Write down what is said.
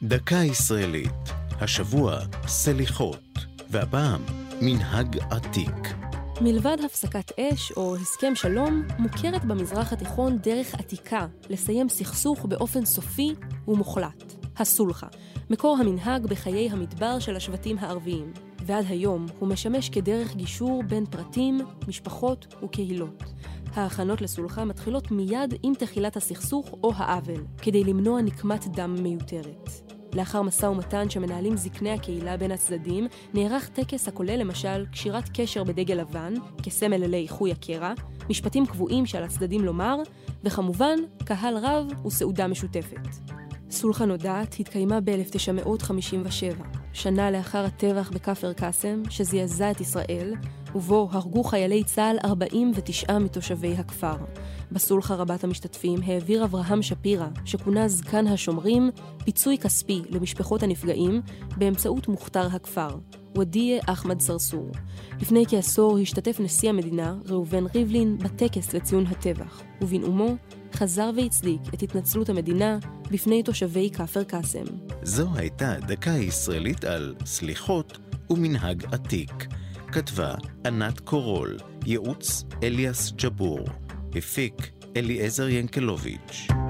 דקה ישראלית, השבוע סליחות, והפעם מנהג עתיק. מלבד הפסקת אש או הסכם שלום, מוכרת במזרח התיכון דרך עתיקה לסיים סכסוך באופן סופי ומוחלט. הסולחה, מקור המנהג בחיי המדבר של השבטים הערביים, ועד היום הוא משמש כדרך גישור בין פרטים, משפחות וקהילות. ההכנות לסולחה מתחילות מיד עם תחילת הסכסוך או העוול, כדי למנוע נקמת דם מיותרת. לאחר משא ומתן שמנהלים זקני הקהילה בין הצדדים, נערך טקס הכולל למשל קשירת קשר בדגל לבן, כסמל לאיחוי הקרע, משפטים קבועים שעל הצדדים לומר, וכמובן, קהל רב וסעודה משותפת. סולחה נודעת התקיימה ב-1957, שנה לאחר הטבח בכפר קאסם, שזעזע את ישראל, ובו הרגו חיילי צה"ל 49 מתושבי הכפר. בסולחה רבת המשתתפים העביר אברהם שפירא, שכונה זקן השומרים, פיצוי כספי למשפחות הנפגעים באמצעות מוכתר הכפר, ודיה אחמד סרסור. לפני כעשור השתתף נשיא המדינה, ראובן ריבלין, בטקס לציון הטבח, ובנאומו חזר והצדיק את התנצלות המדינה בפני תושבי כפר קאסם. זו הייתה דקה ישראלית על סליחות ומנהג עתיק. כתבה ענת קורול, ייעוץ אליאס ג'בור, הפיק אליעזר ינקלוביץ'.